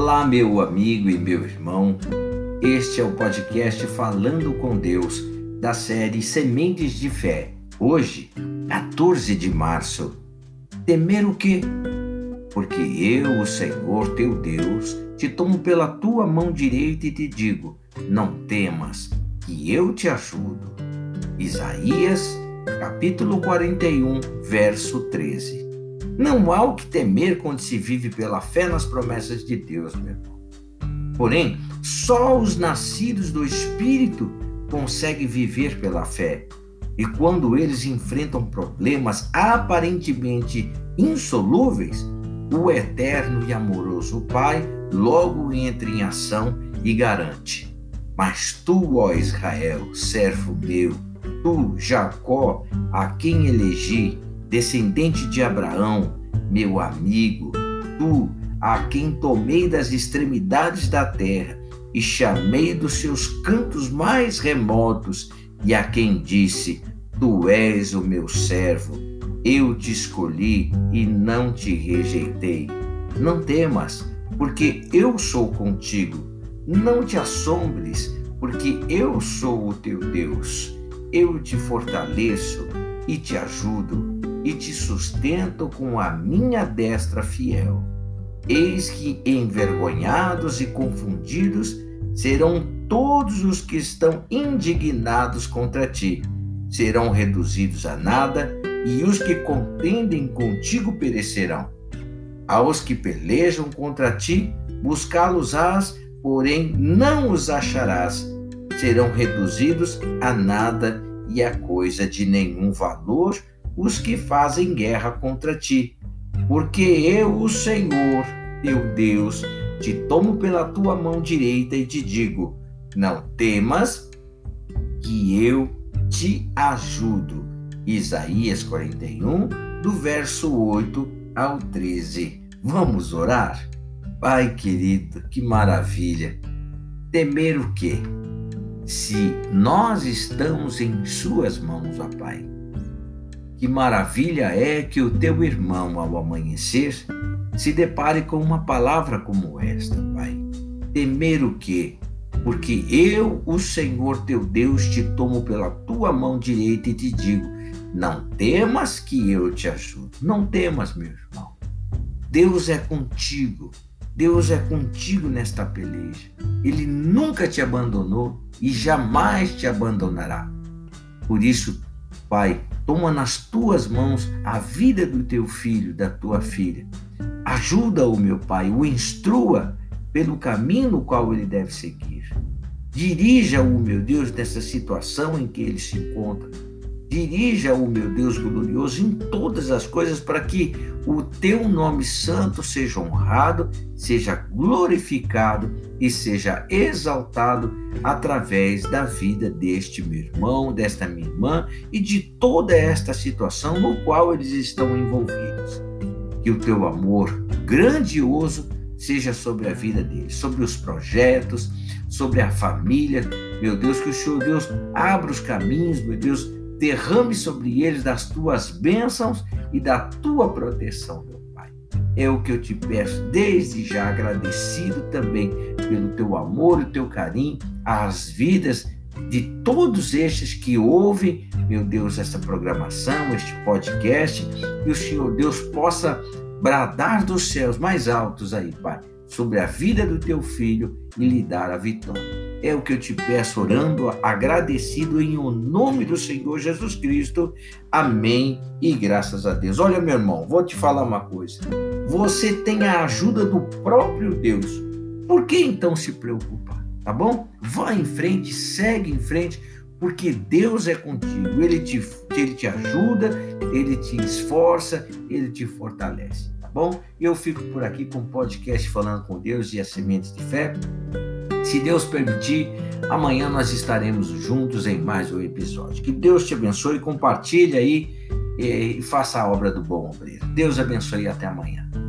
Olá, meu amigo e meu irmão. Este é o podcast Falando com Deus, da série Sementes de Fé. Hoje, 14 de março. Temer o quê? Porque eu, o Senhor teu Deus, te tomo pela tua mão direita e te digo: não temas, que eu te ajudo. Isaías, capítulo 41, verso 13. Não há o que temer quando se vive pela fé nas promessas de Deus, meu irmão. Porém, só os nascidos do Espírito conseguem viver pela fé. E quando eles enfrentam problemas aparentemente insolúveis, o eterno e amoroso Pai logo entra em ação e garante: mas tu, ó Israel, servo meu, tu, Jacó, a quem elegi, descendente de Abraão, meu amigo, tu, a quem tomei das extremidades da terra e chamei dos seus cantos mais remotos, e a quem disse: tu és o meu servo, eu te escolhi e não te rejeitei. Não temas, porque eu sou contigo. Não te assombres, porque eu sou o teu Deus. Eu te fortaleço e te ajudo e te sustento com a minha destra fiel. Eis que envergonhados e confundidos serão todos os que estão indignados contra ti. Serão reduzidos a nada, e os que contendem contigo perecerão. Aos que pelejam contra ti, buscá-los-ás, porém não os acharás. Serão reduzidos a nada e a coisa de nenhum valor os que fazem guerra contra ti. Porque eu, o Senhor, teu Deus, te tomo pela tua mão direita e te digo: não temas, que eu te ajudo. Isaías 41, do verso 8 ao 13. Vamos orar? Pai querido, que maravilha! Temer o quê? Se nós estamos em suas mãos, ó Pai. Que maravilha é que o teu irmão, ao amanhecer, se depare com uma palavra como esta, Pai. Temer o quê? Porque eu, o Senhor teu Deus, te tomo pela tua mão direita e te digo: não temas, que eu te ajudo. Não temas, meu irmão. Deus é contigo. Deus é contigo nesta peleja. Ele nunca te abandonou e jamais te abandonará. Por isso, Pai, toma nas tuas mãos a vida do teu filho, da tua filha. Ajuda-o, meu Pai, o instrua pelo caminho no qual ele deve seguir. Dirija-o, meu Deus, nessa situação em que ele se encontra. Dirija-o, meu Deus glorioso, em todas as coisas, para que o teu nome santo seja honrado, seja glorificado e seja exaltado através da vida deste meu irmão, desta minha irmã e de toda esta situação no qual eles estão envolvidos. Que o teu amor grandioso seja sobre a vida deles, sobre os projetos, sobre a família. Meu Deus, que o Senhor Deus abra os caminhos, meu Deus, derrame sobre eles das tuas bênçãos e da tua proteção, meu Pai. É o que eu te peço, desde já agradecido também pelo teu amor e teu carinho às vidas de todos estes que ouvem, meu Deus, essa programação, este podcast, e o Senhor Deus possa bradar dos céus mais altos aí, Pai, sobre a vida do teu filho e lhe dar a vitória. É o que eu te peço, orando, agradecido em o nome do Senhor Jesus Cristo. Amém e graças a Deus. Olha, meu irmão, vou te falar uma coisa. Você tem a ajuda do próprio Deus. Por que então se preocupar? Tá bom? Vá em frente, segue em frente, porque Deus é contigo. Ele te ajuda, Ele te esforça, Ele te fortalece. Tá bom? Eu fico por aqui com o podcast Falando com Deus e as Sementes de Fé. Se Deus permitir, amanhã nós estaremos juntos em mais um episódio. Que Deus te abençoe, compartilhe aí e faça a obra do bom obreiro. Deus abençoe e até amanhã.